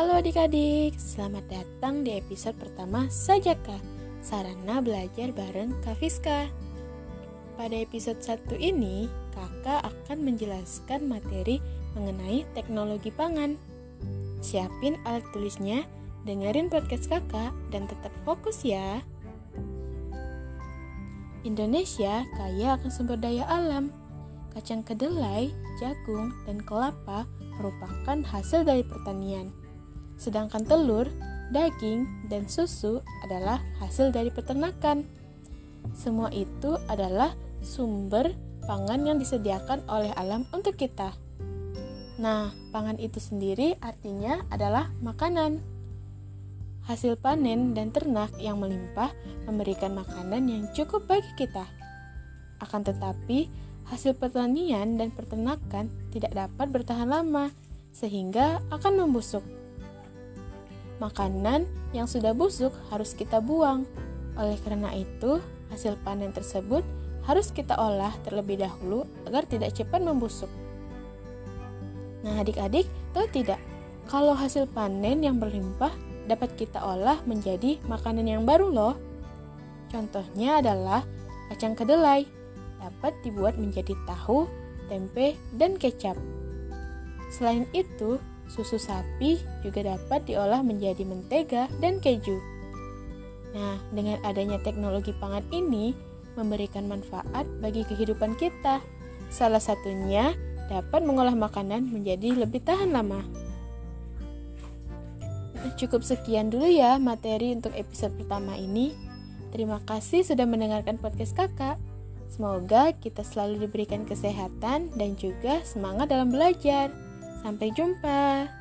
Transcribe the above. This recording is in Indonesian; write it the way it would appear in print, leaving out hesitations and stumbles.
Halo adik-adik, selamat datang di episode pertama Sajaka, Sarana Belajar bareng Kak Fiska. Pada episode 1 ini, kakak akan menjelaskan materi mengenai teknologi pangan. Siapin alat tulisnya, dengerin podcast kakak, dan tetap fokus ya. Indonesia kaya akan sumber daya alam. Kacang kedelai, jagung, dan kelapa merupakan hasil dari pertanian. Sedangkan telur, daging, dan susu adalah hasil dari peternakan. Semua itu adalah sumber pangan yang disediakan oleh alam untuk kita. Nah, pangan itu sendiri artinya adalah makanan. Hasil panen dan ternak yang melimpah memberikan makanan yang cukup bagi kita. Akan tetapi, hasil pertanian dan peternakan tidak dapat bertahan lama, sehingga akan membusuk. Makanan yang sudah busuk harus kita buang. Oleh karena itu, hasil panen tersebut harus kita olah terlebih dahulu agar tidak cepat membusuk. Nah, adik-adik, tahu tidak? Kalau hasil panen yang berlimpah dapat kita olah menjadi makanan yang baru loh. Contohnya adalah kacang kedelai. Dapat dibuat menjadi tahu, tempe, dan kecap. Selain itu, susu sapi juga dapat diolah menjadi mentega dan keju. Nah, dengan adanya teknologi pangan ini memberikan manfaat bagi kehidupan kita. Salah satunya dapat mengolah makanan menjadi lebih tahan lama. Cukup sekian dulu ya materi untuk episode pertama ini. Terima kasih sudah mendengarkan podcast kakak. Semoga kita selalu diberikan kesehatan dan juga semangat dalam belajar. Sampai jumpa.